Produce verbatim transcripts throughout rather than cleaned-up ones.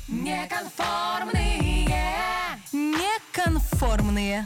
Неконформные. Неконформные.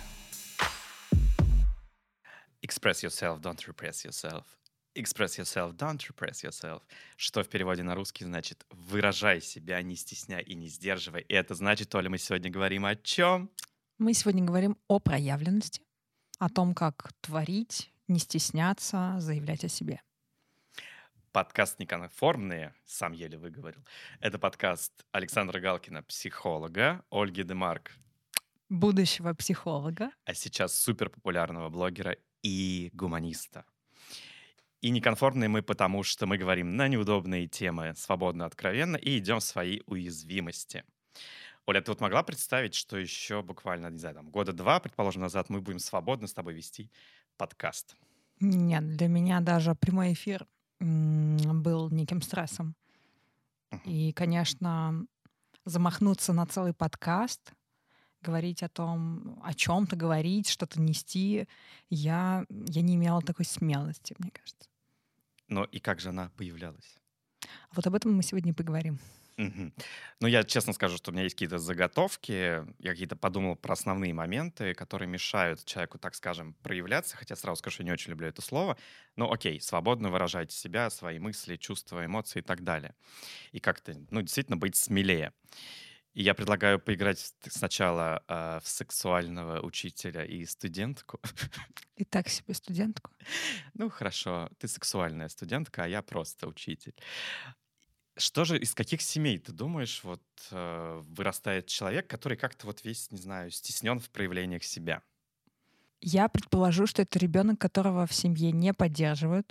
Express yourself, don't repress yourself. Express yourself, don't repress yourself. Что в переводе на русский значит «выражай себя, не стесняй и не сдерживай». И это значит, Оля, мы сегодня говорим о чем? Мы сегодня говорим о проявленности, о том, как творить, не стесняться, заявлять о себе. Подкаст «Неконформные», сам еле выговорил. Это подкаст Александра Галкина, психолога, Ольги Демарк, будущего психолога, а сейчас суперпопулярного блогера и гуманиста. И неконформные мы, потому что мы говорим на неудобные темы свободно, откровенно и идем в свои уязвимости. Оля, ты вот могла представить, что еще буквально, не знаю, там, года два, предположим, назад мы будем свободно с тобой вести подкаст? Нет, для меня даже прямой эфир м, был неким стрессом. Мгм. И, конечно, замахнуться на целый подкаст, говорить о том, о чем-то говорить, что-то нести, я, я не имела такой смелости, мне кажется. Ну и как же она появлялась? А вот об этом мы сегодня и поговорим. Мгм. Ну, я честно скажу, что у меня есть какие-то заготовки. Я какие-то подумал про основные моменты, которые мешают человеку, так скажем, проявляться. Хотя сразу скажу, что я не очень люблю это слово. Но окей, свободно выражать себя, свои мысли, чувства, эмоции и так далее. И как-то, ну, действительно быть смелее. И я предлагаю поиграть с- сначала а, в сексуального учителя и студентку. И так себе студентку. Ну, хорошо, ты сексуальная студентка, а я просто учитель. Что же, из каких семей, ты думаешь, вот э, вырастает человек, который как-то вот весь, не знаю, стеснен в проявлениях себя? Я предположу, что это ребенок, которого в семье не поддерживают,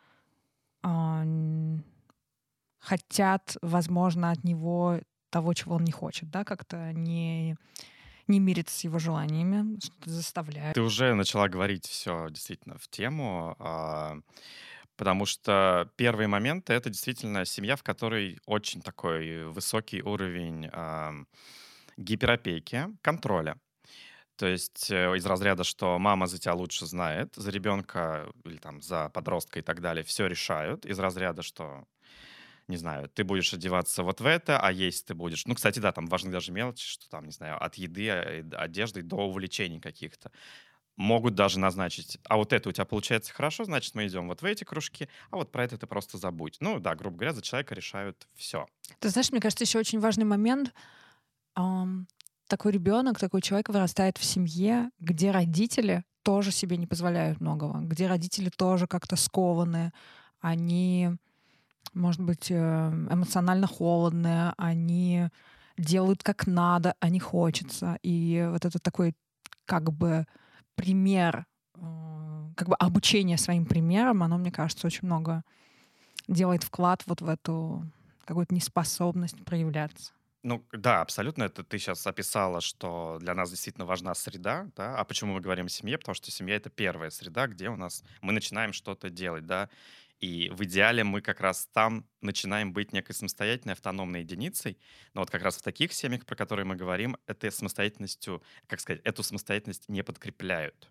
а, н- хотят, возможно, от него того, чего он не хочет, да, как-то не, не мирится с его желаниями, что-то заставляют. Ты уже начала говорить все действительно в тему, а, потому что первые моменты — это действительно семья, в которой очень такой высокий уровень ам, гиперопеки, контроля. То есть э, из разряда, что мама за тебя лучше знает, за ребенка или там за подростка и так далее все решают. Из разряда, что, не знаю, ты будешь одеваться вот в это, а есть ты будешь. Ну, кстати, да, там важны даже мелочи, что там, не знаю, от еды, э, одежды до увлечений каких-то. Могут даже назначить, а вот это у тебя получается хорошо, значит, мы идем вот в эти кружки, а вот про это ты просто забудь. Ну да, грубо говоря, за человека решают все. Ты знаешь, мне кажется, еще очень важный момент. ам, такой ребенок, такой человек вырастает в семье, где родители тоже себе не позволяют многого, где родители тоже как-то скованы, они, может быть, э, эмоционально холодные, они делают как надо, а не хочется. И вот это такой как бы пример, э, как бы обучение своим примером, оно, мне кажется, очень много делает вклад вот в эту какую-то неспособность проявляться. Ну да, абсолютно. Это ты сейчас описала, что для нас действительно важна среда, да. А почему мы говорим о семье? Потому что семья — это первая среда, где у нас мы начинаем что-то делать, да. И в идеале мы как раз там начинаем быть некой самостоятельной, автономной единицей. Но вот как раз в таких семьях, про которые мы говорим, этой самостоятельностью, как сказать, эту самостоятельность не подкрепляют.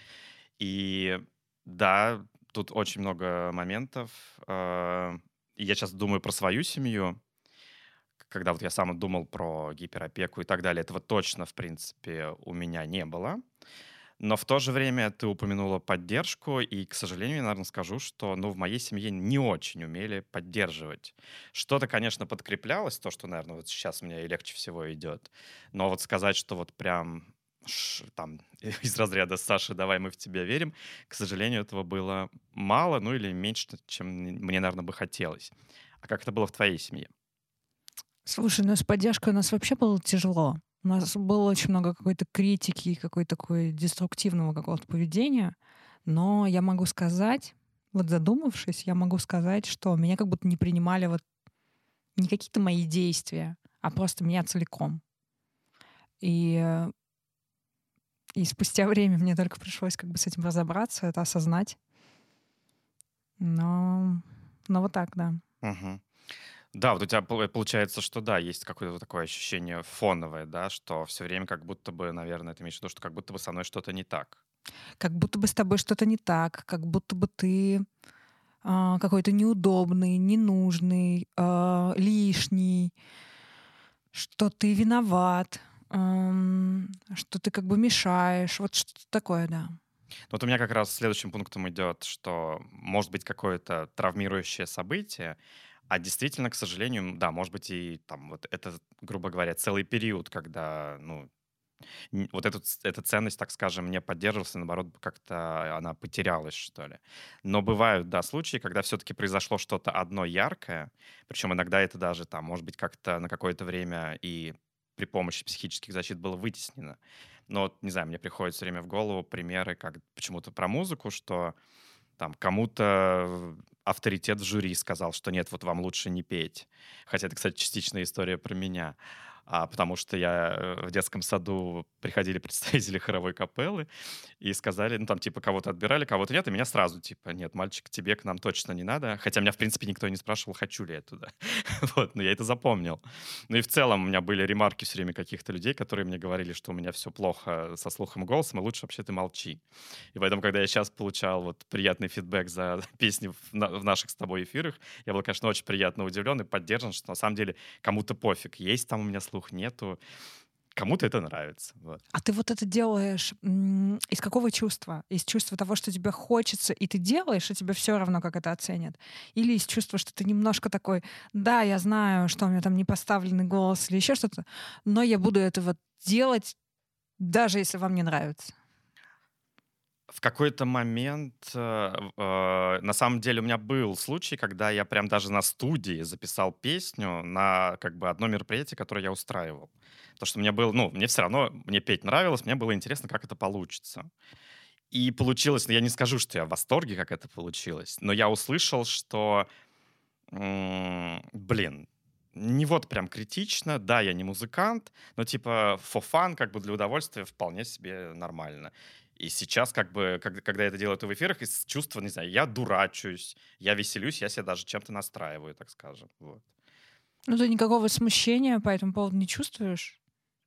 И да, тут очень много моментов. Э, и Я сейчас думаю про свою семью, когда вот я сам думал про гиперопеку и так далее, этого точно, в принципе, у меня не было. Но в то же время ты упомянула поддержку, и, к сожалению, я, наверное, скажу, что, ну, в моей семье не очень умели поддерживать. Что-то, конечно, подкреплялось, то, что, наверное, вот сейчас мне и легче всего идет. Но вот сказать, что вот прям ш- там из разряда «Саша, давай мы в тебя верим», к сожалению, этого было мало, ну или меньше, чем мне, наверное, бы хотелось. А как это было в твоей семье? Слушай, ну с поддержкой у нас вообще было тяжело. У нас было очень много какой-то критики и какой-то такой деструктивного какого-то поведения. Но я могу сказать, вот задумавшись, я могу сказать, что меня как будто не принимали вот не какие-то мои действия, а просто меня целиком. И, э, и спустя время мне только пришлось как бы с этим разобраться, это осознать. Но, но вот так, да. Мгм. Да, вот у тебя пол- получается, что да, есть какое-то вот такое ощущение фоновое, да, что все время как будто бы, наверное, ты имеешь в виду, что как будто бы со мной что-то не так. Как будто бы с тобой что-то не так, как будто бы ты а, какой-то неудобный, ненужный, а, лишний, что ты виноват, эм, что ты как бы мешаешь. Вот что-то такое, да. Вот у меня как раз следующим пунктом идет, что может быть какое-то травмирующее событие, а действительно, к сожалению, да, может быть и там вот это, грубо говоря, целый период, когда, ну, н- вот эту, ц- эта ценность, так скажем, не поддерживалась, и наоборот, как-то она потерялась, что ли. Но бывают, да, случаи, когда все-таки произошло что-то одно яркое, причем иногда это даже там, может быть, как-то на какое-то время и при помощи психических защит было вытеснено. Но, вот, не знаю, мне приходят все время в голову примеры, как почему-то про музыку, что там кому-то авторитет в жюри сказал, что нет, вот вам лучше не петь. Хотя это, кстати, частичная история про меня. А, потому что я э, в детском саду приходили представители хоровой капеллы и сказали, ну там типа кого-то отбирали, кого-то нет, и меня сразу типа нет, мальчик, тебе к нам точно не надо. Хотя меня в принципе никто не спрашивал, хочу ли я туда. Вот, но я это запомнил. Ну и в целом у меня были ремарки все время каких-то людей, которые мне говорили, что у меня все плохо со слухом и голосом, и лучше вообще ты молчи. И поэтому, когда я сейчас получал вот приятный фидбэк за песни в, на- в наших с тобой эфирах, я был, конечно, очень приятно удивлен и поддержан, что на самом деле кому-то пофиг, есть там у меня слух, нету. Кому-то это нравится. Вот. А ты вот это делаешь м, из какого чувства? Из чувства того, что тебе хочется, и ты делаешь, и тебе все равно, как это оценят? Или из чувства, что ты немножко такой, да, я знаю, что у меня там не поставленный голос или еще что-то, но я буду это вот делать, даже если вам не нравится? В какой-то момент, э, э, на самом деле, у меня был случай, когда я прям даже на студии записал песню на как бы одно мероприятие, которое я устраивал. Потому что мне было, ну, мне все равно, мне петь нравилось, мне было интересно, как это получится. И получилось, ну, я не скажу, что я в восторге, как это получилось, но я услышал, что, м, блин, не вот прям критично, да, я не музыкант, но типа for fun, как бы для удовольствия вполне себе нормально. И сейчас, как бы, когда, когда я это делаю в эфирах, из чувства, не знаю, я дурачусь, я веселюсь, я себя даже чем-то настраиваю, так скажем. Вот. Ну, ты никакого смущения по этому поводу не чувствуешь?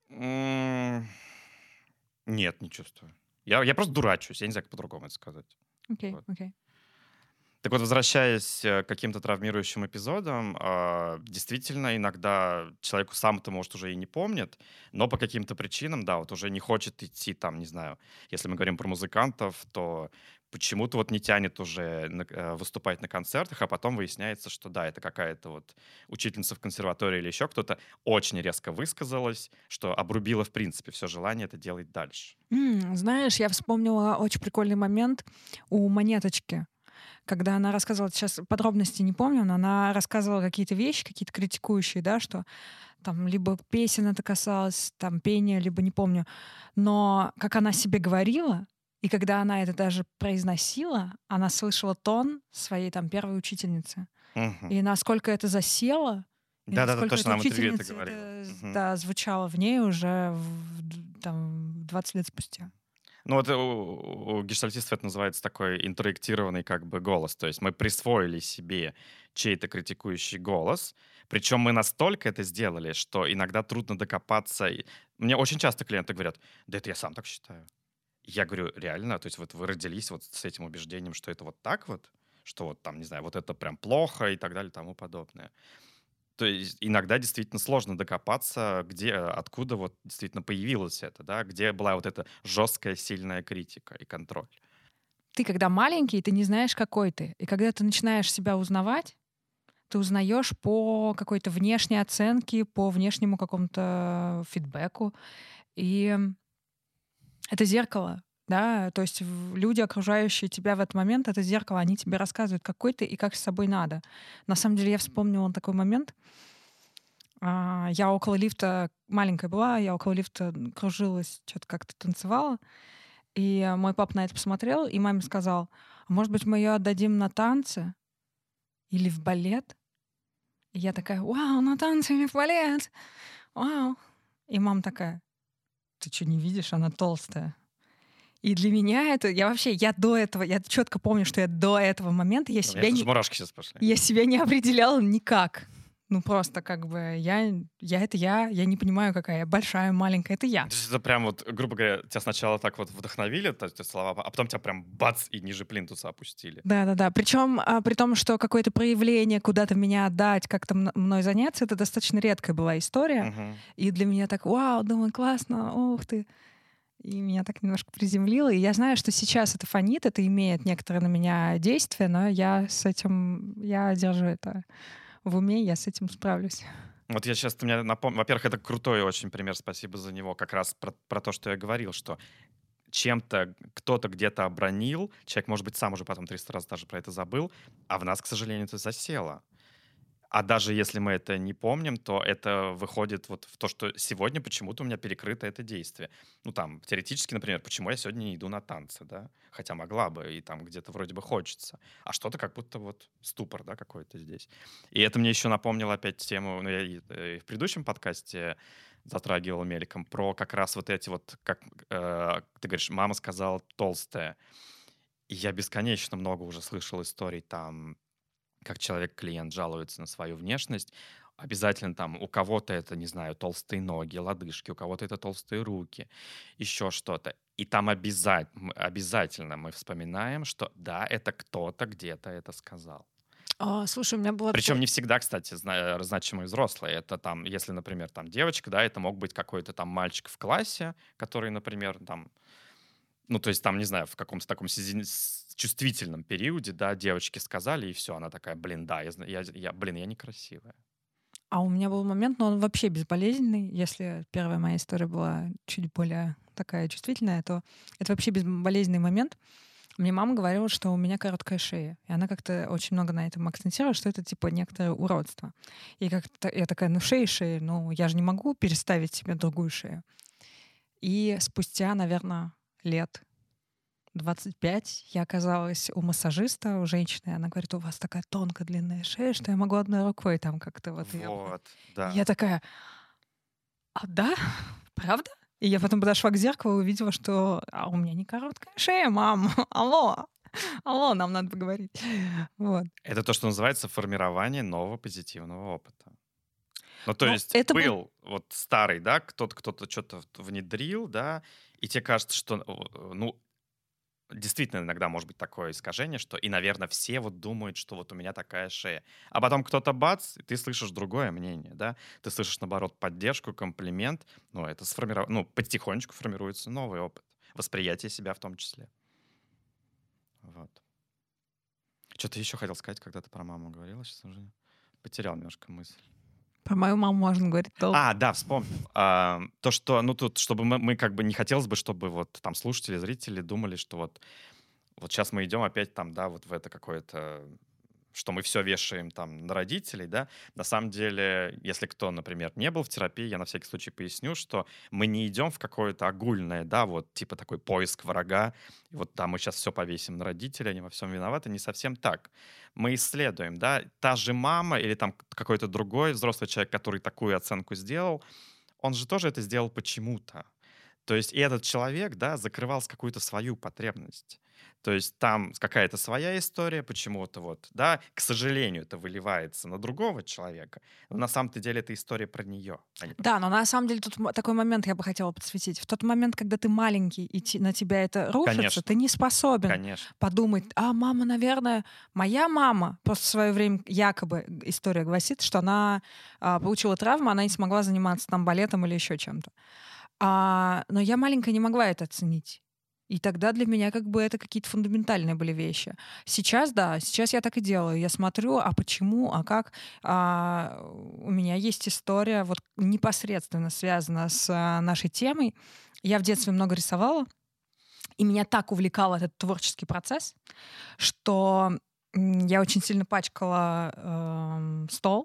М, Нет, не чувствую. Я, я просто дурачусь, я не знаю, как по-другому это сказать. Окей, Вот. окей. Так вот, возвращаясь э, к каким-то травмирующим эпизодам, а, действительно, иногда человеку сам-то, может, уже и не помнит, но по каким-то причинам, да, вот уже не хочет идти там, не знаю, если мы говорим про музыкантов, то почему-то вот не тянет уже на- э, выступать на концертах, а потом выясняется, что да, это какая-то вот учительница в консерватории или еще кто-то очень резко высказалась, что обрубила, в принципе, все желание это делать дальше. М, знаешь, я вспомнила очень прикольный момент у Монеточки, когда она рассказывала, сейчас подробности не помню, но она рассказывала какие-то вещи, какие-то критикующие, да, что там либо песен это касалось, там пения, либо не помню. Но как она себе говорила, и когда она это даже произносила, она слышала тон своей там первой учительницы. Мгм. И насколько это засело, и Да-да-да, насколько точно, эта нам в интервью это учительница говорила. это, Мгм. да, звучало в ней уже в, д- там, двадцать лет спустя. Ну, вот у, у гештальтистов это называется такой интроектированный как бы голос. То есть мы присвоили себе чей-то критикующий голос, причем мы настолько это сделали, что иногда трудно докопаться. И мне очень часто клиенты говорят, да это я сам так считаю. Я говорю, реально? То есть вот вы родились вот с этим убеждением, что это вот так вот? Что вот там, не знаю, вот это прям плохо и так далее и тому подобное. То есть иногда действительно сложно докопаться, где, откуда вот действительно появилось это, да, где была вот эта жесткая, сильная критика и контроль. Ты когда маленький, ты не знаешь, какой ты. И когда ты начинаешь себя узнавать, ты узнаешь по какой-то внешней оценке, по внешнему какому-то фидбэку. И это зеркало, да, то есть в- люди, окружающие тебя в этот момент, это зеркало, они тебе рассказывают, какой ты и как с собой надо. На самом деле я вспомнила такой момент. А, Я около лифта, маленькая была, я около лифта кружилась, что-то как-то танцевала. И мой папа на это посмотрел и маме сказал, а может быть, мы ее отдадим на танцы или в балет? И я такая, вау, на танцы или в балет? Вау. И мама такая, ты что, не видишь, она толстая. И для меня это, я вообще, я до этого, я четко помню, что я до этого момента, я У меня себя даже не, мурашки сейчас пошли. я себя не определяла никак. Ну, просто как бы я, я это я, я не понимаю, какая я большая, маленькая, это я. То есть это прям вот, грубо говоря, тебя сначала так вот вдохновили, то есть эти слова, а потом тебя прям бац и ниже плинтуса опустили. Да-да-да. Причем, а, при том, что какое-то проявление, куда-то меня отдать, как-то мно- мной заняться, это достаточно редкая была история. Мгм. И для меня так, вау, думаю, классно, ух ты. И меня так немножко приземлило. И я знаю, что сейчас это фонит, это имеет некоторое на меня действие, но я с этим, я держу это в уме, я с этим справлюсь. Вот я сейчас, ты мне напомнил, во-первых, это крутой очень пример, спасибо за него, как раз про, про то, что я говорил, что чем-то кто-то где-то обронил, человек, может быть, сам уже потом триста раз даже про это забыл, а в нас, к сожалению, это засело. А даже если мы это не помним, то это выходит вот в то, что сегодня почему-то у меня перекрыто это действие. Ну, там, теоретически, например, почему я сегодня не иду на танцы, да? Хотя могла бы, и там где-то вроде бы хочется. А что-то как будто вот ступор, да, какой-то здесь. И это мне еще напомнило опять тему, ну, я и, э, и в предыдущем подкасте затрагивал мельком, про как раз вот эти вот, как э, ты говоришь, мама сказала толстая. И я бесконечно много уже слышал историй там, как человек-клиент жалуется на свою внешность, обязательно там у кого-то это, не знаю, толстые ноги, лодыжки, у кого-то это толстые руки, еще что-то. И там обязательно, обязательно мы вспоминаем, что да, это кто-то где-то это сказал. А, слушай, у меня была Причем такая... не всегда, кстати, зна- значимые взрослые. Это там, если, например, там девочка, да, это мог быть какой-то там мальчик в классе, который, например, там ну, то есть там, не знаю, в каком-то таком сизи- с- чувствительном периоде, да, девочки сказали, и все, она такая, блин, да, я, зна- я, я- блин, я некрасивая. А у меня был момент, но он вообще безболезненный. Если первая моя история была чуть более такая чувствительная, то это вообще безболезненный момент. Мне мама говорила, что у меня короткая шея. И она как-то очень много на этом акцентировала, что это типа некоторое уродство. И как-то я такая, ну шея, шея, ну я же не могу переставить себе другую шею. И спустя, наверное, лет двадцать пять я оказалась у массажиста, у женщины, и она говорит, у вас такая тонкая длинная шея, что я могу одной рукой там как-то вот ее... Вот, И я да. такая, а да? Правда? И я потом подошла к зеркалу и увидела, что а у меня не короткая шея, мам. Алло, алло, нам надо поговорить. Вот. Это то, что называется формирование нового позитивного опыта. Ну, то Ну, есть это был... был вот старый, да, кто-то кто-то что-то внедрил, да, и тебе кажется, что, э, ну, действительно, иногда может быть такое искажение, что и, наверное, все вот думают, что вот у меня такая шея. А потом кто-то бац, и ты слышишь другое мнение, да? Ты слышишь, наоборот, поддержку, комплимент. Ну, это сформировано, ну, потихонечку формируется новый опыт. Восприятие себя в том числе. Вот. Что ты еще хотел сказать, когда ты про маму говорила? Сейчас уже потерял немножко мысль. Про мою маму можно говорить долго. А, да, вспомнил. А, то, что, ну, тут, чтобы мы, мы как бы не хотелось бы, чтобы вот там слушатели, зрители думали, что вот вот сейчас мы идем опять там, да, вот в это какое-то, что мы все вешаем там на родителей, да. На самом деле, если кто, например, не был в терапии, я на всякий случай поясню, что мы не идем в какое-то огульное, да, вот типа такой поиск врага, и вот да, мы сейчас все повесим на родителей, они во всем виноваты, не совсем так. Мы исследуем, да, та же мама или там какой-то другой взрослый человек, который такую оценку сделал, он же тоже это сделал почему-то. То есть и этот человек, да, закрывал с какую-то свою потребность. То есть там какая-то своя история почему-то вот, да, к сожалению, это выливается на другого человека, но на самом-то деле это история про нее, а не про Да, но тебя. на самом деле тут м- такой момент я бы хотела подсветить. В тот момент, когда ты маленький и ти- на тебя это рушится, ты Конечно, не способен конечно. подумать, а мама, наверное, моя мама, просто в свое время якобы история гласит, что она а, получила травму, она не смогла заниматься там балетом или еще чем-то. А, но я маленькая не могла это оценить. И тогда для меня как бы это какие-то фундаментальные были вещи. Сейчас, да, сейчас я так и делаю. Я смотрю, а почему, а как. А, у меня есть история вот непосредственно связана с а, нашей темой. Я в детстве много рисовала, и меня так увлекал этот творческий процесс, что м, я очень сильно пачкала эм, стол.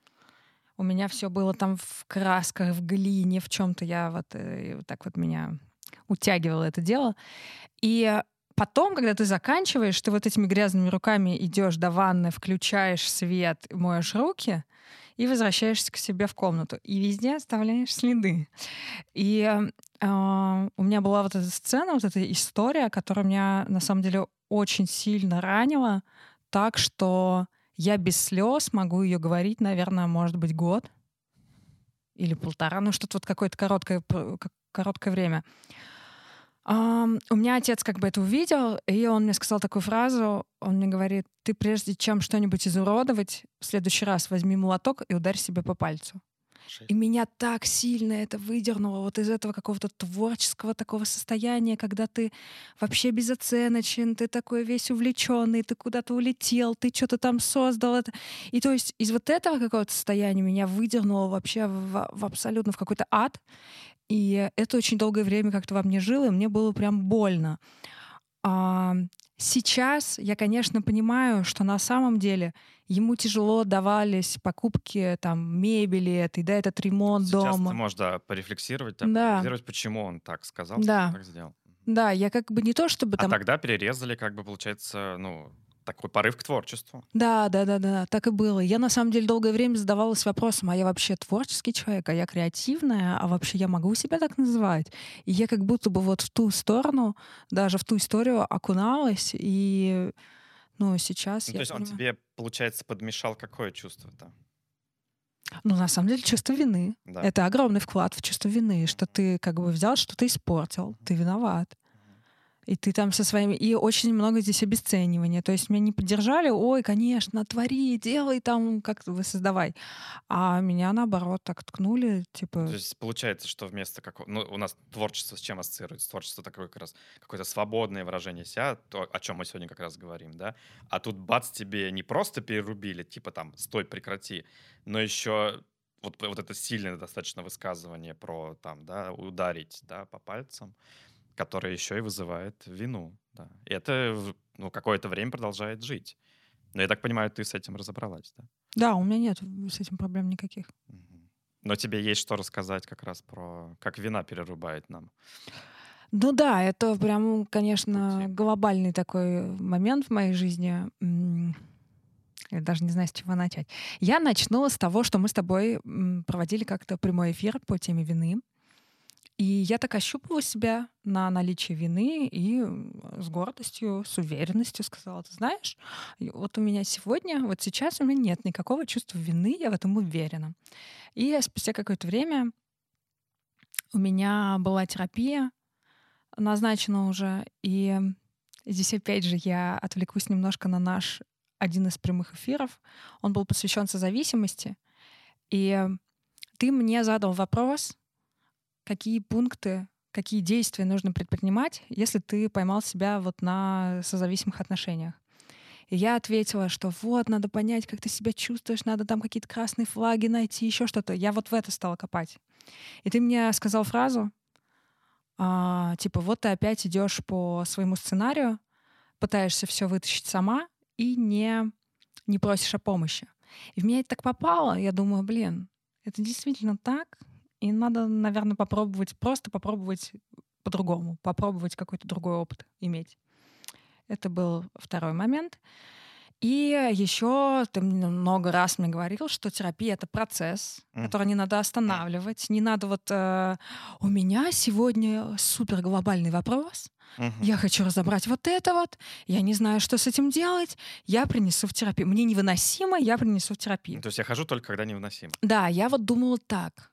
У меня все было там в красках, в глине, в чем-то. Я вот, э, вот так вот меня утягивало это дело. И потом, когда ты заканчиваешь, ты вот этими грязными руками идешь до ванны, включаешь свет, моешь руки и возвращаешься к себе в комнату. И везде оставляешь следы. И э, у меня была вот эта сцена, вот эта история, которая меня на самом деле очень сильно ранила, так что Я без слез могу ее говорить, наверное, может быть, год или полтора, ну что-то вот какое-то короткое, п- как- короткое время. Ам, у меня отец как бы это увидел, и он мне сказал такую фразу. Он мне говорит: ты прежде чем что-нибудь изуродовать, в следующий раз возьми молоток и ударь себе по пальцу. И Жесть. меня так сильно это выдернуло вот из этого какого-то творческого такого состояния, когда ты вообще безоценочен, ты такой весь увлеченный, ты куда-то улетел, ты что-то там создал. Это. И то есть из вот этого какого-то состояния меня выдернуло вообще в, в абсолютно в какой-то ад. И это очень долгое время как-то во мне жило, и мне было прям больно. А, сейчас я, конечно, понимаю, что на самом деле ему тяжело давались покупки там мебели этой, да, этот ремонт Сейчас ты дома. можешь, да, порефлексировать, да, Да, проанализировать, почему он так сказал, почему да, так сделал. Мгм. да, я как бы не то чтобы А там. тогда перерезали, как бы, получается, ну, такой порыв к творчеству. Да, да, да, да, так и было. Я на самом деле долгое время задавалась вопросом: а я вообще творческий человек, а я креативная, а вообще я могу себя так называть? И я как будто бы вот в ту сторону, даже в ту историю окуналась, и ну, сейчас Ну, то я есть он понимаю. тебе, получается, подмешал какое чувство-то? Ну, на самом деле, чувство вины. Да. Это огромный вклад в чувство вины, что Мгм. ты как бы взял, что-то испортил, Мгм. ты виноват. Мгм. И ты там со своими... И очень много здесь обесценивания. То есть меня не поддержали: ой, конечно, твори, делай там, как вы создавай. А меня, наоборот, так ткнули, Ну, то типа, есть получается, что вместо какого... Ну, у нас творчество с чем ассоциируется? Творчество такое как раз какое-то свободное выражение себя, то, о чем мы сегодня как раз говорим, да? А тут бац, тебе не просто перерубили, типа там «стой, прекрати», но еще вот, вот это сильное достаточно высказывание про там, да, ударить, да, по пальцам, которое еще и вызывает вину, да. И это, в- ну, какое-то время продолжает жить. Но я так понимаю, ты с этим разобралась, да? да, у меня нет с этим проблем никаких. Мгм. Но тебе есть что рассказать как раз про как вина перерубает нам Ну да, это прям, конечно, пути. глобальный такой момент в моей жизни. М, Я даже не знаю, с чего начать. Я начну с того, что мы с тобой м, проводили как-то прямой эфир по теме вины. И я так ощупывала себя на наличие вины и м, с гордостью, с уверенностью сказала: ты знаешь, и вот у меня сегодня, вот сейчас у меня нет никакого чувства вины, я в этом уверена. И спустя какое-то время у меня была терапия назначена уже, и здесь опять же я отвлекусь немножко на наш один из прямых эфиров. Он был посвящен созависимости, и ты мне задал вопрос, какие пункты, какие действия нужно предпринимать, если ты поймал себя вот на созависимых отношениях. И я ответила, что вот, надо понять, как ты себя чувствуешь, надо там какие-то красные флаги найти, еще что-то. Я вот в это стала копать. И ты мне сказал фразу, а, типа, вот ты опять идешь по своему сценарию, пытаешься все вытащить сама и не, не просишь о помощи. И в меня это так попало, я думаю, блин, это действительно так, и надо, наверное, попробовать, просто попробовать по-другому, попробовать какой-то другой опыт иметь. Это был второй момент. И еще ты мне много раз мне говорил, что терапия — это процесс, который не Мгм. надо Мгм. останавливать. Не надо вот э, у меня сегодня супер глобальный вопрос. Я Мгм. хочу разобрать вот это вот. Я не знаю, что с этим делать. Я принесу в терапию. Мне невыносимо, я принесу в Ну, терапию. то есть я хожу только когда невыносимо. Да, я вот думала так.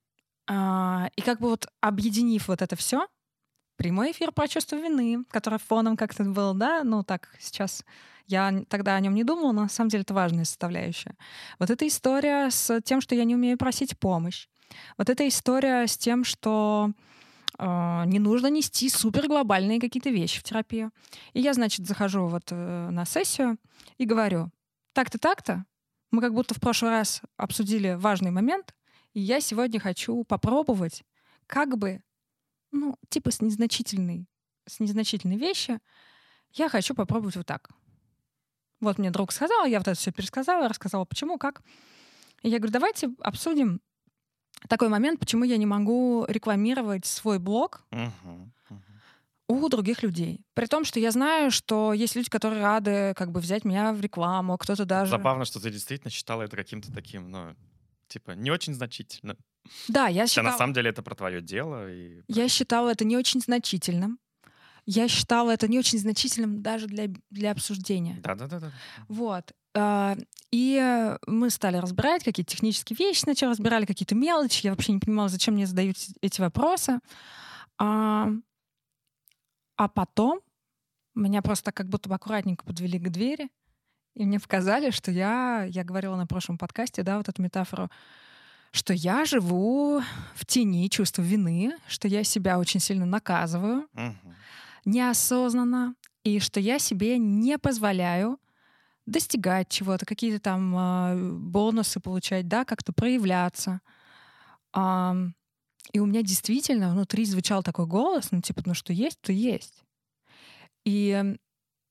А, и как бы вот объединив вот это все, прямой эфир про чувство вины, который фоном как-то был, да, ну так сейчас я н- тогда о нем не думала, но на самом деле это важная составляющая. Вот эта история с тем, что я не умею просить помощь. Вот эта история с тем, что э, не нужно нести суперглобальные какие-то вещи в терапию. И я, значит, захожу вот э, на сессию и говорю: так-то, так-то, мы как будто в прошлый раз обсудили важный момент, и я сегодня хочу попробовать как бы, ну, типа с незначительной, с незначительной вещи, я хочу попробовать вот так. Вот мне друг сказал, я вот это все пересказала, рассказала, почему, как. И я говорю: давайте обсудим такой момент, почему я не могу рекламировать свой блог Мгм. Мгм. у других людей. При том, что я знаю, что есть люди, которые рады как бы взять меня в рекламу, кто-то даже... Забавно, что ты действительно считала это каким-то таким, ну, типа, не очень значительным. Да, я Хотя на считала, самом деле это про твое дело и про... я считала это не очень значительным. Я считала это не очень значительным даже для, для обсуждения. Да-да-да-да. Мгм. Вот. а, и мы стали разбирать какие-то технические вещи, сначала разбирали какие-то мелочи. Я вообще не понимала, зачем мне задают эти вопросы. А, а потом меня просто как будто бы аккуратненько подвели к двери, и мне показали, что я, я говорила на прошлом подкасте, да, вот эту метафору, что я живу в тени чувства вины, что я себя очень сильно наказываю, Мгм. неосознанно, и что я себе не позволяю достигать чего-то, какие-то там а, бонусы получать, да, как-то проявляться. Ам, и у меня действительно внутри звучал такой голос, ну типа, ну что есть, то есть. И м,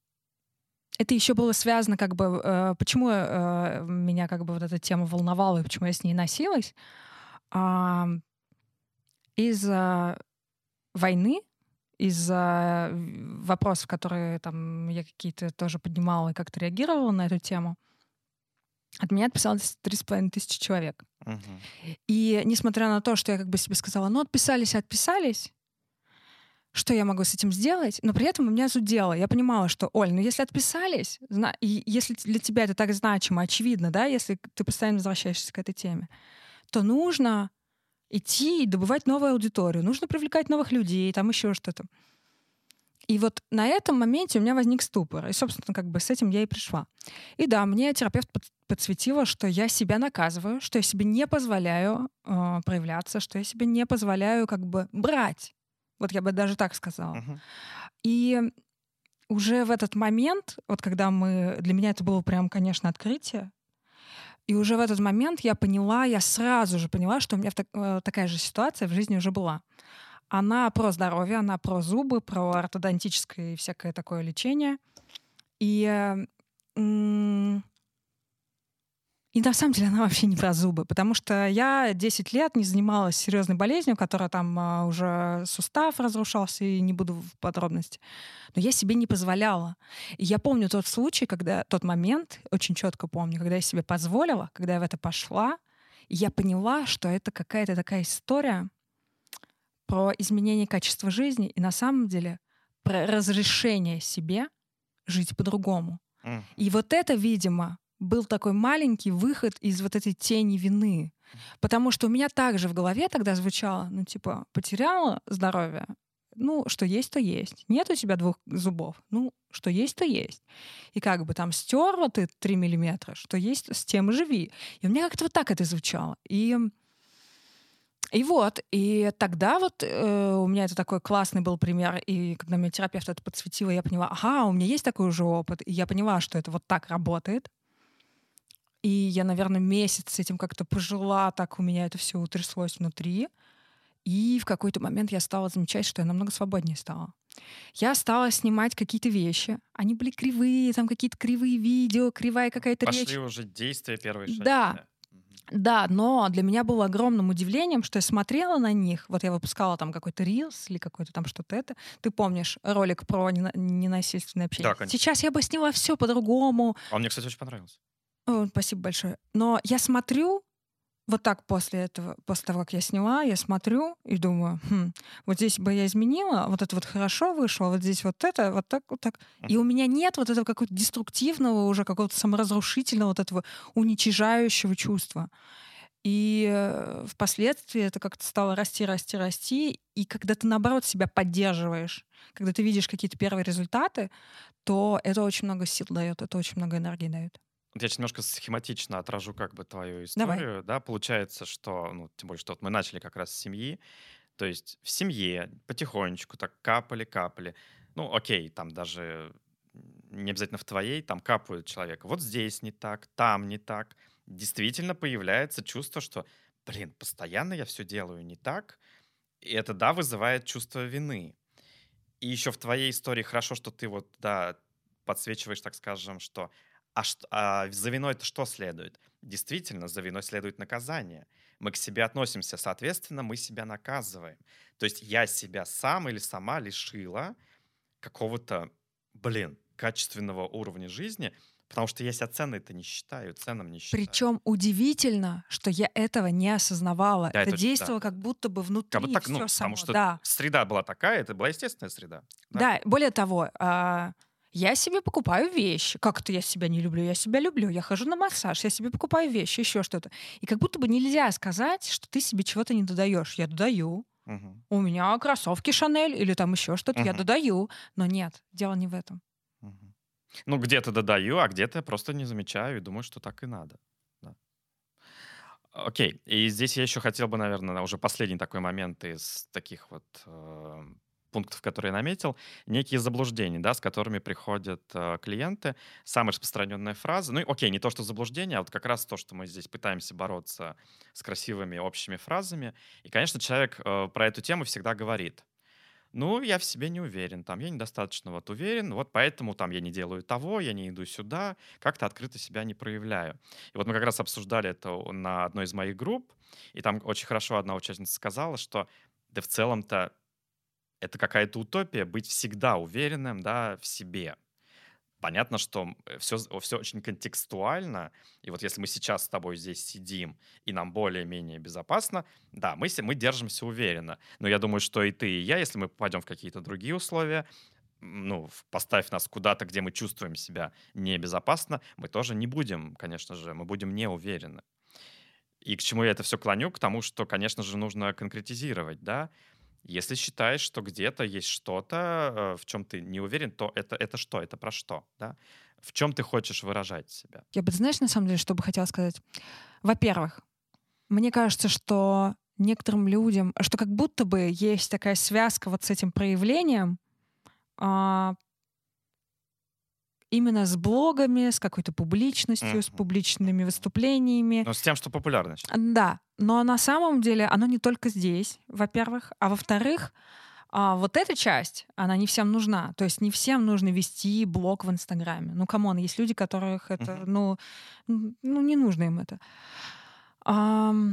это еще было связано как бы, э, почему э, меня как бы вот эта тема волновала и почему я с ней носилась. Ам, из-за войны, из-за в- вопросов, которые там я какие-то тоже поднимала и как-то реагировала на эту тему, от меня отписалось три с половиной тысячи человек. Мгм. И несмотря на то, что я как бы себе сказала, ну, отписались, отписались, что я могу с этим сделать? Но при этом у меня зудело. Я понимала, что, Оль, ну если отписались, зна- и если т- для тебя это так значимо, очевидно, да, если ты постоянно возвращаешься к этой теме, то нужно идти и добывать новую аудиторию, нужно привлекать новых людей, там еще что-то. И вот на этом моменте у меня возник ступор. И, собственно, как бы с этим я и пришла. И да, мне терапевт под- подсветила, что я себя наказываю, что я себе не позволяю э, проявляться, что я себе не позволяю как бы брать. Вот я бы даже так сказала. Мгм. И уже в этот момент, вот когда мы... Для меня это было прям, конечно, открытие. И уже в этот момент я поняла, я сразу же поняла, что у меня в так- э, такая же ситуация в жизни уже была. Она про здоровье, она про зубы, про ортодонтическое и всякое такое лечение. И, э, м, и на самом деле она вообще не про зубы, потому что я десять лет не занималась серьезной болезнью, которая там а, уже сустав разрушался, и не буду в подробности. Но я себе не позволяла. И я помню тот случай, когда тот момент, очень четко помню, когда я себе позволила, когда я в это пошла, и я поняла, что это какая-то такая история про изменение качества жизни и на самом деле про разрешение себе жить по-другому. Мгм. И вот это, видимо, был такой маленький выход из вот этой тени вины. Потому что у меня также в голове тогда звучало, ну, типа, потеряла здоровье, ну, что есть, то есть. Нет у тебя двух зубов, ну, что есть, то есть. И как бы там стерла ты три миллиметра, что есть, с тем и живи. И у меня как-то вот так это звучало. И и вот, и тогда вот э, у меня это такой классный был пример, и когда мне терапевт это подсветила, я поняла, ага, у меня есть такой уже опыт, и я поняла, что это вот так работает. И я, наверное, месяц с этим как-то пожила, так у меня это все утряслось внутри. И в какой-то момент я стала замечать, что я намного свободнее стала. Я стала снимать какие-то вещи. Они были кривые, там какие-то кривые видео, кривая какая-то Пошли речь. уже действия, первые шаги, Да, да. Мгм. да, но для меня было огромным удивлением, что я смотрела на них. Вот я выпускала там какой-то рилс или какой-то там что-то это. Ты помнишь ролик про нена- ненасильственное общение? Да, конечно. Сейчас я бы сняла все по-другому. А он мне, кстати, очень понравился. О, спасибо большое. Но я смотрю вот так после этого, после того, как я сняла, я смотрю и думаю, «Хм, вот здесь бы я изменила, вот это вот хорошо вышло, вот здесь вот это, вот так, вот так. И у Мгм. меня нет вот этого какого-то деструктивного, уже какого-то саморазрушительного, вот этого уничижающего чувства. И э, впоследствии это как-то стало расти, расти, расти. И когда ты, наоборот, себя поддерживаешь, когда ты видишь какие-то первые результаты, то это очень много сил дает, это очень много энергии дает. Вот я сейчас немножко схематично отражу как бы твою Давай. историю, да, получается, что, ну, тем более, что вот мы начали как раз с семьи, то есть в семье потихонечку так капали-капали, ну, окей, там даже не обязательно в твоей, там капают человека, вот здесь не так, там не так, действительно появляется чувство, что, блин, постоянно я все делаю не так, и это, да, вызывает чувство вины. И еще в твоей истории хорошо, что ты вот, да, подсвечиваешь, так скажем, что а, что, а за виной-то что следует? Действительно, за виной следует наказание. Мы к себе относимся, соответственно, мы себя наказываем. То есть я себя сам или сама лишила какого-то, блин, качественного уровня жизни, потому что я себя ценной-то не считаю, ценным не считаю. Причем удивительно, что я этого не осознавала. Да, Это это очень, да, действовало да, как да. будто бы Как бы внутри так, все ну, потому само. что Да, среда была такая, это была естественная среда. Да. да. Более того, а, Я себе покупаю вещи. Как это я себя не люблю? Я себя люблю. Я хожу на массаж, я себе покупаю вещи, еще что-то. И как будто бы нельзя сказать, что ты себе чего-то не додаешь. Я додаю. Мгм. У меня кроссовки Шанель или там еще что-то. Я Мгм. додаю. Но нет, дело не в этом. Мгм. Ну, где-то додаю, а где-то просто не замечаю и думаю, что так и надо. Да. Окей. И здесь я еще хотел бы, наверное, уже последний такой момент из таких вот э, пунктов, которые я наметил. Некие заблуждения, да, с которыми приходят э, клиенты. Самая распространенная фраза. Ну, и окей, не то, что заблуждение, а вот как раз то, что мы здесь пытаемся бороться с красивыми общими фразами. И, конечно, человек э, про эту тему всегда говорит. Ну, я в себе не уверен, там, я недостаточно вот уверен, вот поэтому там я не делаю того, я не иду сюда, как-то открыто себя не проявляю. И вот мы как раз обсуждали это у- на одной из моих групп, и там очень хорошо одна участница сказала, что да в целом-то это какая-то утопия быть всегда уверенным, да, в себе. Понятно, что все, все очень контекстуально. И вот если мы сейчас с тобой здесь сидим, и нам более-менее безопасно, да, мы, се- мы держимся уверенно. Но я думаю, что и ты, и я, если мы попадем в какие-то другие условия, м, ну, в- поставь нас куда-то, где мы чувствуем себя небезопасно, мы тоже не будем, конечно же, мы будем не уверены. И к чему я это все клоню? К тому, что, конечно же, нужно конкретизировать, да. Если считаешь, что где-то есть что-то, э, в чем ты не уверен, то это, это что? Это про что? Да? В чем ты хочешь выражать себя? Я бы, знаешь, на самом деле, что бы хотела сказать? Во-первых, мне кажется, что некоторым людям, что как будто бы есть такая связка вот с этим проявлением, а, именно с блогами, с какой-то публичностью, с Мгм, публичными мгм. выступлениями. Но с тем, что популярно сейчас. А, Да, но на самом деле оно не только здесь, во-первых, а во-вторых, а, вот эта часть, она не всем нужна. То есть не всем нужно вести блог в Инстаграме. Ну, камон, есть люди, которых это, Мгм. ну, н- ну не нужно им это. Ам,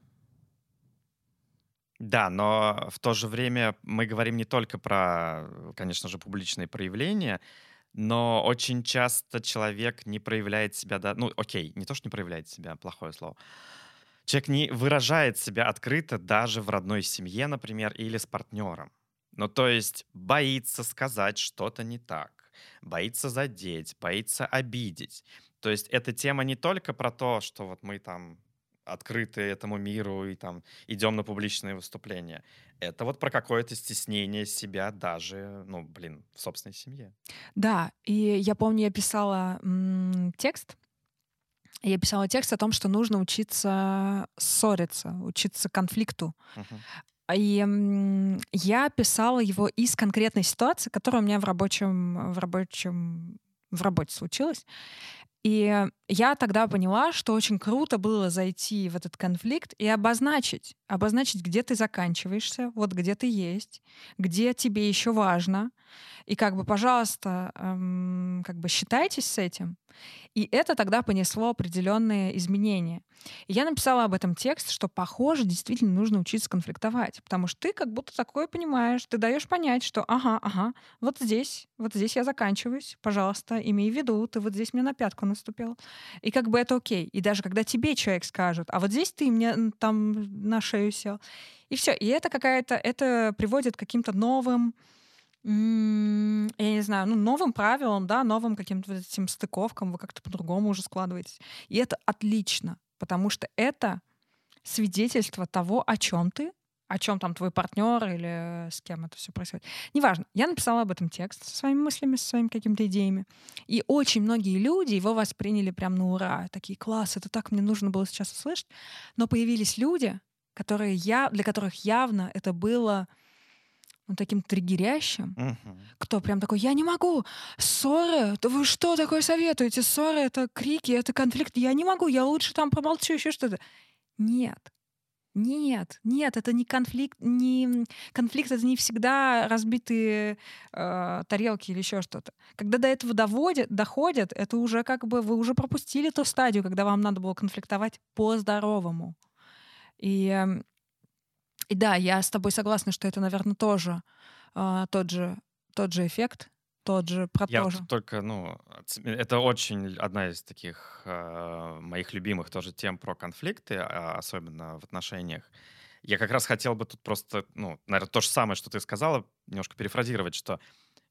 Да, но в то же время мы говорим не только про, э, конечно же, публичные проявления, но очень часто человек не проявляет себя, да, ну, окей, не то, что не проявляет себя, плохое слово. Человек не выражает себя открыто даже в родной семье, например, или с партнером. Ну, то есть боится сказать что-то не так, боится задеть, боится обидеть. То есть эта тема не только про то, что вот мы там открыты этому миру и там идем на публичные выступления. Это вот про какое-то стеснение себя даже, ну, блин, в собственной семье. да, и я помню, я писала м, текст. Я писала текст о том, что нужно учиться ссориться, учиться конфликту. Мгм. И м, я писала его из конкретной ситуации, которая у меня в рабочем, в рабочем, в работе случилась. И я тогда поняла, что очень круто было зайти в этот конфликт и обозначить, обозначить, где ты заканчиваешься, вот где ты есть, где тебе еще важно. И как бы, пожалуйста, эм, как бы считайтесь с этим. И это тогда понесло определенные изменения. И я написала об этом текст, что, похоже, действительно нужно учиться конфликтовать. Потому что ты как будто такое понимаешь, ты даешь понять, что ага, ага, вот здесь, вот здесь я заканчиваюсь, пожалуйста, имей в виду, ты вот здесь мне на пятку наступил. И как бы это окей. И даже когда тебе человек скажет, а вот здесь ты мне м, там на шею сел. И все. И это какая-то, это приводит к каким-то новым М, я не знаю, ну, новым правилам, да, новым каким-то вот этим стыковкам, вы как-то по-другому уже складываетесь. И это отлично, потому что это свидетельство того, о чем ты, о чем там твой партнер или с кем это все происходит. Неважно. Я написала об этом текст со своими мыслями, со своими какими-то идеями. И очень многие люди его восприняли прям на ура. Такие, класс, это так мне нужно было сейчас услышать. Но появились люди, которые я, для которых явно это было ну, таким триггерящим, Мгм. кто прям такой: "Я не могу! Ссоры? Да вы что такое советуете? Ссоры — это крики, это конфликт. Я не могу, я лучше там промолчу, еще что-то". Нет, нет, нет, это не конфликт, не м, конфликт — это не всегда разбитые, э, тарелки или еще что-то. Когда до этого доводит доходит, это уже как бы вы уже пропустили ту стадию, когда вам надо было конфликтовать по-здоровому. И, эм, и да, я с тобой согласна, что это, наверно, тоже, а, тот же тот же эффект, тот же про Я то вот же. только, ну, отс- это очень одна из таких э, моих любимых тоже тем про конфликты, а, особенно в отношениях. Я как раз хотел бы тут просто, ну, наверное, то же самое, что ты сказала, немножко перефразировать, что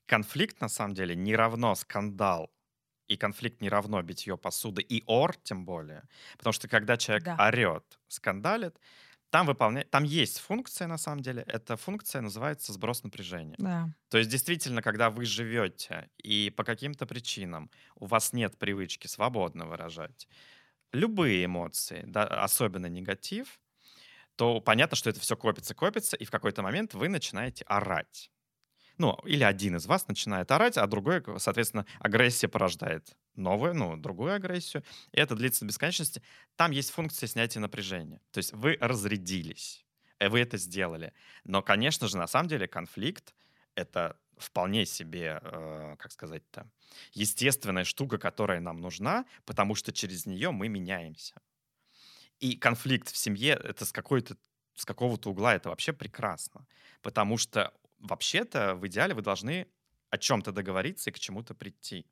конфликт, на самом деле, не равно скандал, и конфликт не равно битье посуды, и ор тем более. Потому что когда человек Да. орет, скандалит, там, выполня... там есть функция, на самом деле. Эта функция называется сброс напряжения. Да. То есть, действительно, когда вы живете, и по каким-то причинам у вас нет привычки свободно выражать любые эмоции, да, особенно негатив, то понятно, что это все копится, копится, и в какой-то момент вы начинаете орать. Ну, или один из вас начинает орать, а другой, к- соответственно, агрессия порождает новую, ну, другую агрессию, и это длится до бесконечности. Там есть функция снятия напряжения. То есть вы разрядились, э, вы это сделали. Но, конечно же, на самом деле конфликт — это вполне себе, э, как сказать-то, естественная штука, которая нам нужна, потому что через нее мы меняемся. И конфликт в семье — это с какой-то с какого-то угла это вообще прекрасно. Потому что вообще-то в идеале вы должны о чем-то договориться и к чему-то прийти.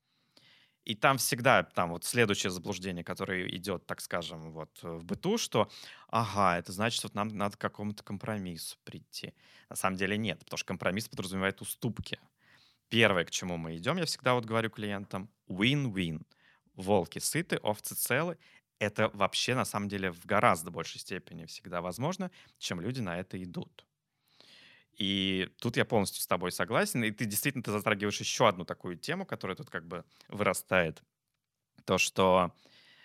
И там всегда там вот следующее заблуждение, которое идет, так скажем, вот э, в быту, что ага, это значит, вот нам надо к какому-то компромиссу прийти. На самом деле нет, потому что компромисс подразумевает уступки. Первое, к чему мы идем, я всегда вот говорю клиентам, win-win. Волки сыты, овцы целы. Это вообще на самом деле в гораздо большей степени всегда возможно, чем люди на это идут. И тут я полностью с тобой согласен. И ты действительно ты затрагиваешь еще одну такую тему, которая тут как бы вырастает. То, что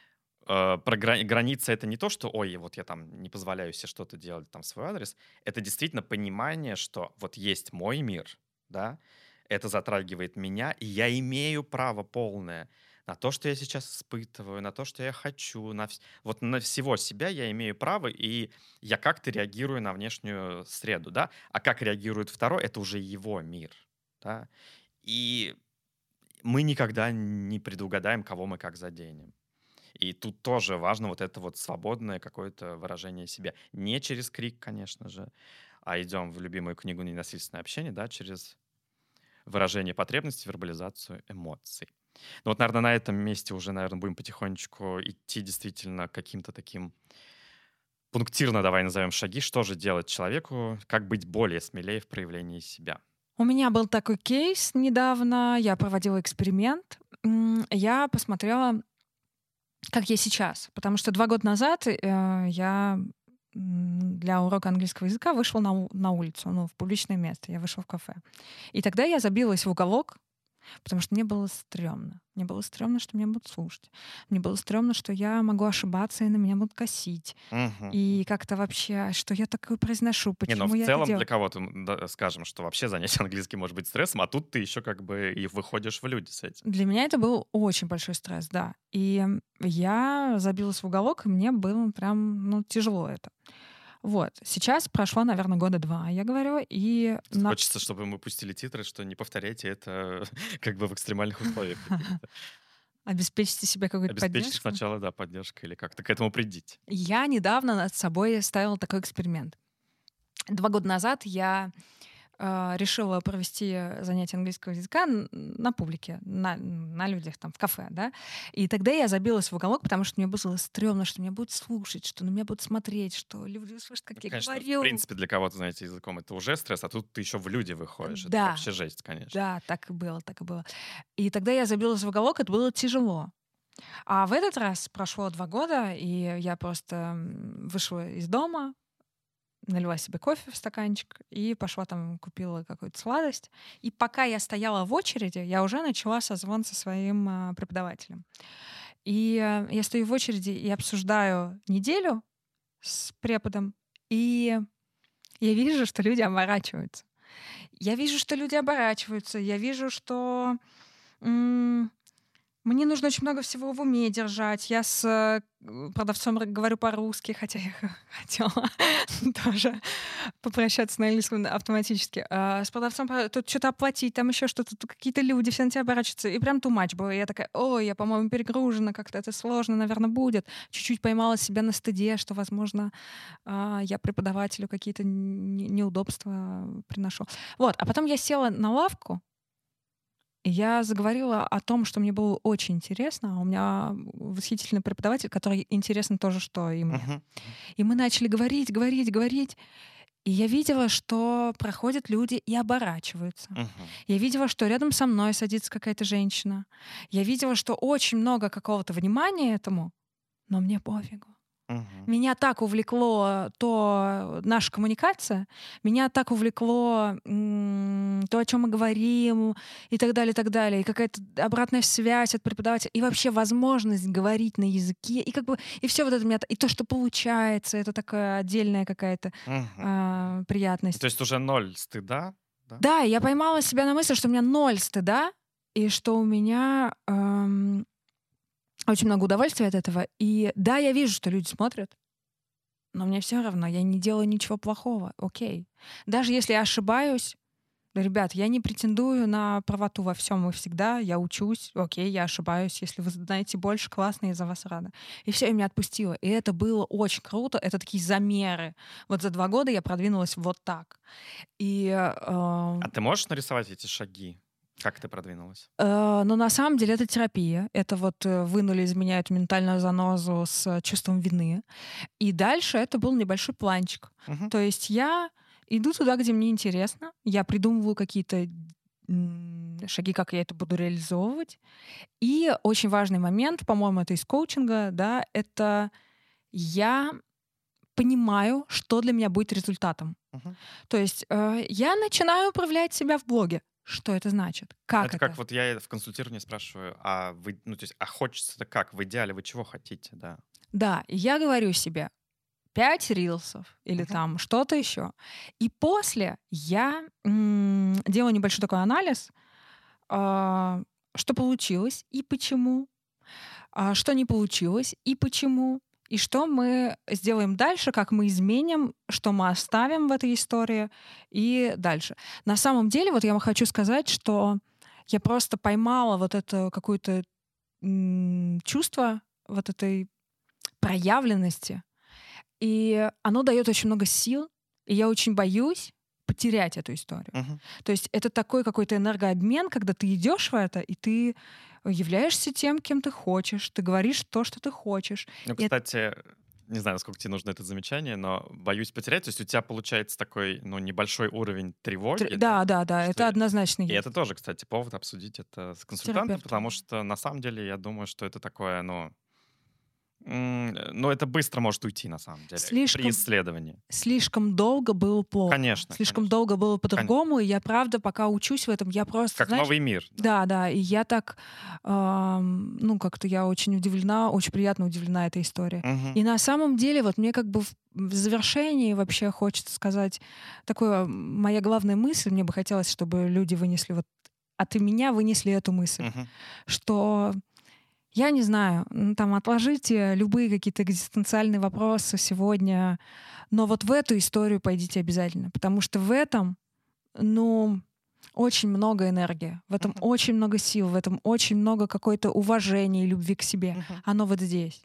э, про гра- границы — это не то, что, ой, вот я там не позволяю себе что-то делать там в свой адрес. Это действительно понимание, что вот есть мой мир, да, это затрагивает меня, и я имею право полное на то, что я сейчас испытываю, на то, что я хочу, на вс- вот на всего себя я имею право, и я как-то реагирую на внешнюю среду, да, а как реагирует второй — это уже его мир, да, и мы никогда не предугадаем, кого мы как заденем. И тут тоже важно вот это вот свободное какое-то выражение себя. Не через крик, конечно же, а идем в любимую книгу «Ненасильственное общение», да, через выражение потребностей, вербализацию эмоций. Ну вот, наверное, на этом месте уже, наверное, будем потихонечку идти действительно к каким-то таким пунктирно, давай назовем, шаги, что же делать человеку, как быть более смелее в проявлении себя. У меня был такой кейс недавно. Я проводила эксперимент. М, Я посмотрела, как я сейчас. Потому что два года назад э, я м, для урока английского языка вышла на, у- на улицу, ну, в публичное место. Я вышла в кафе. И тогда я забилась в уголок, потому что мне было стрёмно. Мне было стрёмно, что меня будут слушать. Мне было стрёмно, что я могу ошибаться, и на меня будут косить. Мгм. И как-то вообще, что я такое произношу, Не, но почему в я это целом для делаю. кого-то м, да, скажем, что вообще занятие английским может быть стрессом, а тут ты еще как бы и выходишь в люди с этим. Для меня это был очень большой стресс, да. И я забилась в уголок, и мне было прям, ну, тяжело это. Вот. Сейчас прошло, наверное, года два, я говорю, и на Хочется, чтобы мы пустили титры, что не повторяйте это как бы в экстремальных условиях каких-то. обеспечьте себе какую-то Обеспечьте поддержку. сначала, да, поддержкой или как-то к этому придите. Я недавно над собой ставила такой эксперимент. Два года назад я э, решила провести занятие английского языка н- на публике, на, на людях, там, в кафе, да. И тогда я забилась в уголок, потому что мне было стрёмно, что меня будут слушать, что на меня будут смотреть, что люди услышат, как Ну, я конечно, в говорю. принципе, для кого-то, знаете, языком это уже стресс, а тут ты еще в люди выходишь. Это Да, вообще жесть, конечно. да, так и было, так и было. И тогда я забилась в уголок, это было тяжело. А в этот раз прошло два года, и я просто м, вышла из дома, налила себе кофе в стаканчик и пошла там, купила какую-то сладость. И пока я стояла в очереди, я уже начала созвон со своим а, преподавателем. И э, я стою в очереди и обсуждаю неделю с преподом, и я вижу, что люди оборачиваются. Я вижу, что люди оборачиваются, я вижу, что м, мне нужно очень много всего в уме держать. Я с э, продавцом р- говорю по-русски, хотя я х- хотела тоже попрощаться на английском автоматически. А с продавцом про- тут что-то оплатить, там еще что-то, тут какие-то люди, все на тебя оборачиваются. И прям too much было. И я такая, ой, я, по-моему, перегружена, как-то это сложно, наверное, будет. Чуть-чуть поймала себя на стыде, что, возможно, а, я преподавателю какие-то н- неудобства приношу. Вот. А потом я села на лавку, и я заговорила о том, что мне было очень интересно. А у меня восхитительный преподаватель, который интересно тоже, что и мне. Мгм, мгм. И мы начали говорить, говорить, говорить. И я видела, что проходят люди и оборачиваются. Мгм. Я видела, что рядом со мной садится какая-то женщина. Я видела, что очень много какого-то внимания этому, но мне пофигу. Мгм. Меня так увлекло то наша коммуникация, меня так увлекло м, то, о чем мы говорим, и так далее, и так далее, и какая-то обратная связь от преподавателя, и вообще возможность говорить на языке, и как бы и все вот это меня, и то, что получается, это такая отдельная какая-то Мгм. а, приятность. То есть уже ноль стыда, да? Да, я поймала себя на мысли, что у меня ноль стыда, и что у меня ам, очень много удовольствия от этого. И да, я вижу, что люди смотрят, но мне все равно, я не делаю ничего плохого, окей. Даже если я ошибаюсь, да, ребят, я не претендую на правоту во всем и всегда, я учусь, окей, я ошибаюсь, если вы знаете больше, классно, я за вас рада. И все, и меня отпустило. И это было очень круто, это такие замеры. Вот за два года я продвинулась вот так. И, э, А ты можешь нарисовать эти шаги? Как ты продвинулась? э, но на самом деле это терапия. Это вот э, вынули из меня эту ментальную занозу с э, чувством вины. И дальше это был небольшой планчик. Мгм. То есть я иду туда, где мне интересно, я придумываю какие-то м, шаги, как я это буду реализовывать. И очень важный момент, по-моему, это из коучинга, да, это я понимаю, что для меня будет результатом. Мгм. То есть э, я начинаю управлять себя в блоге. Что это значит? Как Это как это? вот я в консультировании спрашиваю, а вы, ну, то есть, а хочется-то как? В идеале вы чего хотите, да? Да, я говорю себе пять рилсов или Мгм. там что-то еще. И после я м, делаю небольшой такой анализ, а, что получилось и почему, а, что не получилось и почему, и что мы сделаем дальше, как мы изменим, что мы оставим в этой истории и дальше. На самом деле, вот я вам хочу сказать, что я просто поймала вот это какое-то м, чувство вот этой проявленности, и оно дает очень много сил, и я очень боюсь потерять эту историю. Мгм. То есть это такой какой-то энергообмен, когда ты идешь в это, и ты являешься тем, кем ты хочешь, ты говоришь то, что ты хочешь. Ну, И это кстати, не знаю, насколько тебе нужно это замечание, но боюсь потерять. То есть у тебя получается такой, ну, небольшой уровень тр- тревоги, да? да, да, да, Что... это однозначно И это есть. тоже, кстати, повод обсудить это с С консультантом, потому терапевтом. что на самом деле я думаю, что это такое, ну, м, э, ну, это быстро может уйти на самом деле при Слишком исследовании. слишком долго было плохо. Конечно, Слишком конечно. долго было Кон- по-другому, и я правда, пока учусь в этом, я просто, Как знаешь, новый мир, да. да, да, и я так, ам, ну, как-то я очень удивлена, очень приятно удивлена этой историей. Мгм. И на самом деле, вот мне как бы в, в завершении вообще хочется сказать, такое, м, моя главная мысль, мне бы хотелось, чтобы люди вынесли вот от меня вынесли эту мысль, Мгм. что я не знаю, м, там отложите любые какие-то экзистенциальные вопросы сегодня, но вот в эту историю пойдите обязательно, потому что в этом, ну, очень много энергии, в этом Мгм. очень много сил, в этом очень много какой-то уважения и любви к себе. Мгм. Оно вот здесь.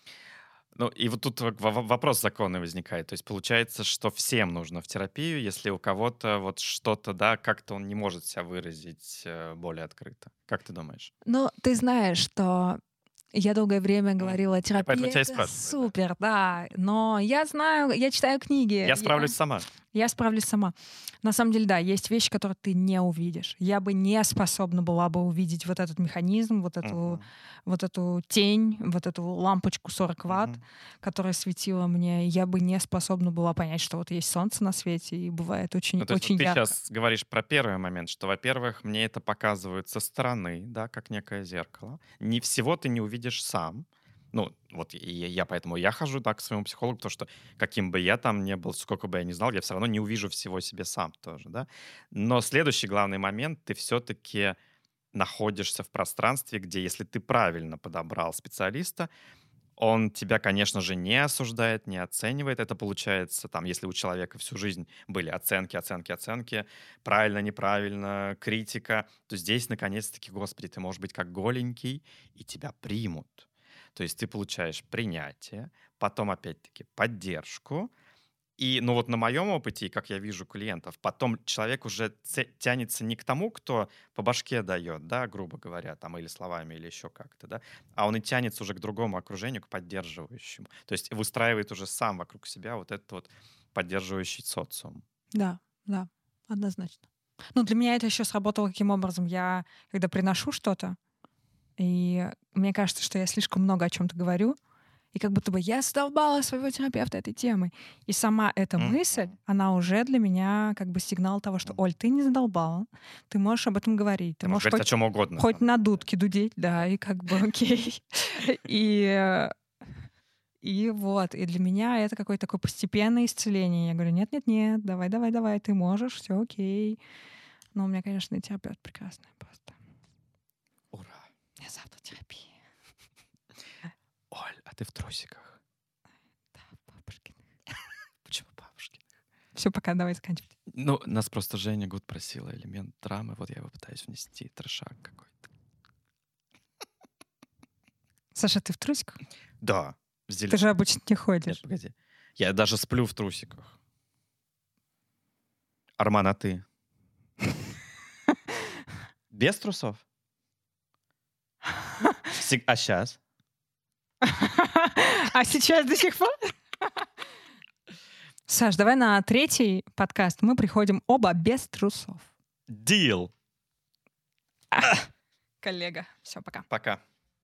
Ну, и вот тут во- во- вопрос законный возникает. То есть получается, что всем нужно в терапию, если у кого-то вот что-то, да, как-то он не может себя выразить э, более открыто. Как ты думаешь? Но ты знаешь, что я долгое время Мгм. говорила, Я поэтому терапия — тебя и это спрашиваю, да. супер, да, но я знаю, я читаю книги, Я я справлюсь сама. Я справлюсь сама. На самом деле, да, есть вещи, которые ты не увидишь. Я бы не способна была бы увидеть вот этот механизм, вот эту, Мгм. вот эту тень, вот эту лампочку сорок ватт, Мгм. которая светила мне. Я бы не способна была понять, что вот есть солнце на свете, и бывает очень, Ну, то есть вот очень ты ярко. сейчас говоришь про первый момент, что, во-первых, мне это показывают со стороны, да, как некое зеркало. Не всего ты не увидишь сам. Ну, вот и я я поэтому я хожу, да, к своему психологу, потому что каким бы я там ни был, сколько бы я ни знал, я все равно не увижу всего себе сам тоже, да. Но следующий главный момент, ты все-таки находишься в пространстве, где, если ты правильно подобрал специалиста, он тебя, конечно же, не осуждает, не оценивает. Это получается, там, если у человека всю жизнь были оценки, оценки, оценки, правильно, неправильно, критика, то здесь, наконец-таки, господи, ты можешь быть как голенький, и тебя примут. То есть ты получаешь принятие, потом, опять-таки, поддержку, и, ну вот на моем опыте, и как я вижу клиентов, потом человек уже ц- тянется не к тому, кто по башке дает, да, грубо говоря, там, или словами, или еще как-то, да, а он и тянется уже к другому окружению, к поддерживающему. То есть выстраивает уже сам вокруг себя вот этот вот поддерживающий социум. Да, да, однозначно. Ну, для меня это еще сработало каким образом? Я, когда приношу что-то, и мне кажется, что я слишком много о чем-то говорю, и как будто бы я задолбала своего терапевта этой темой. И сама эта Мгм. мысль, она уже для меня как бы сигнал того, что, Оль, ты не задолбала, ты можешь об этом говорить, ты Ты можешь можешь говорить о хоть, чем угодно. хоть там. на дудке дудеть, да, и как бы окей. И, э, и вот, и для меня это какое-то такое постепенное исцеление. Я говорю, нет-нет-нет, давай-давай-давай, ты можешь, все окей. Но у меня, конечно, и терапевт прекрасный просто. Ура. У меня завтра терапия. Оль, а ты в трусиках? Да, бабушкин. Почему бабушки? Все, пока, давай заканчивать. Ну, нас просто Женя Гуд просила элемент драмы, вот я его пытаюсь внести, трешак какой-то. Саша, ты в трусиках? Да, с Ты зелё- же обычно не Нет, ходишь. погоди. Я даже сплю в трусиках. Арман, а ты? Без трусов? Всег- А сейчас? А сейчас до сих пор? Саш, давай на третий подкаст мы приходим оба без трусов. Дил. Коллега. Все, пока. Пока.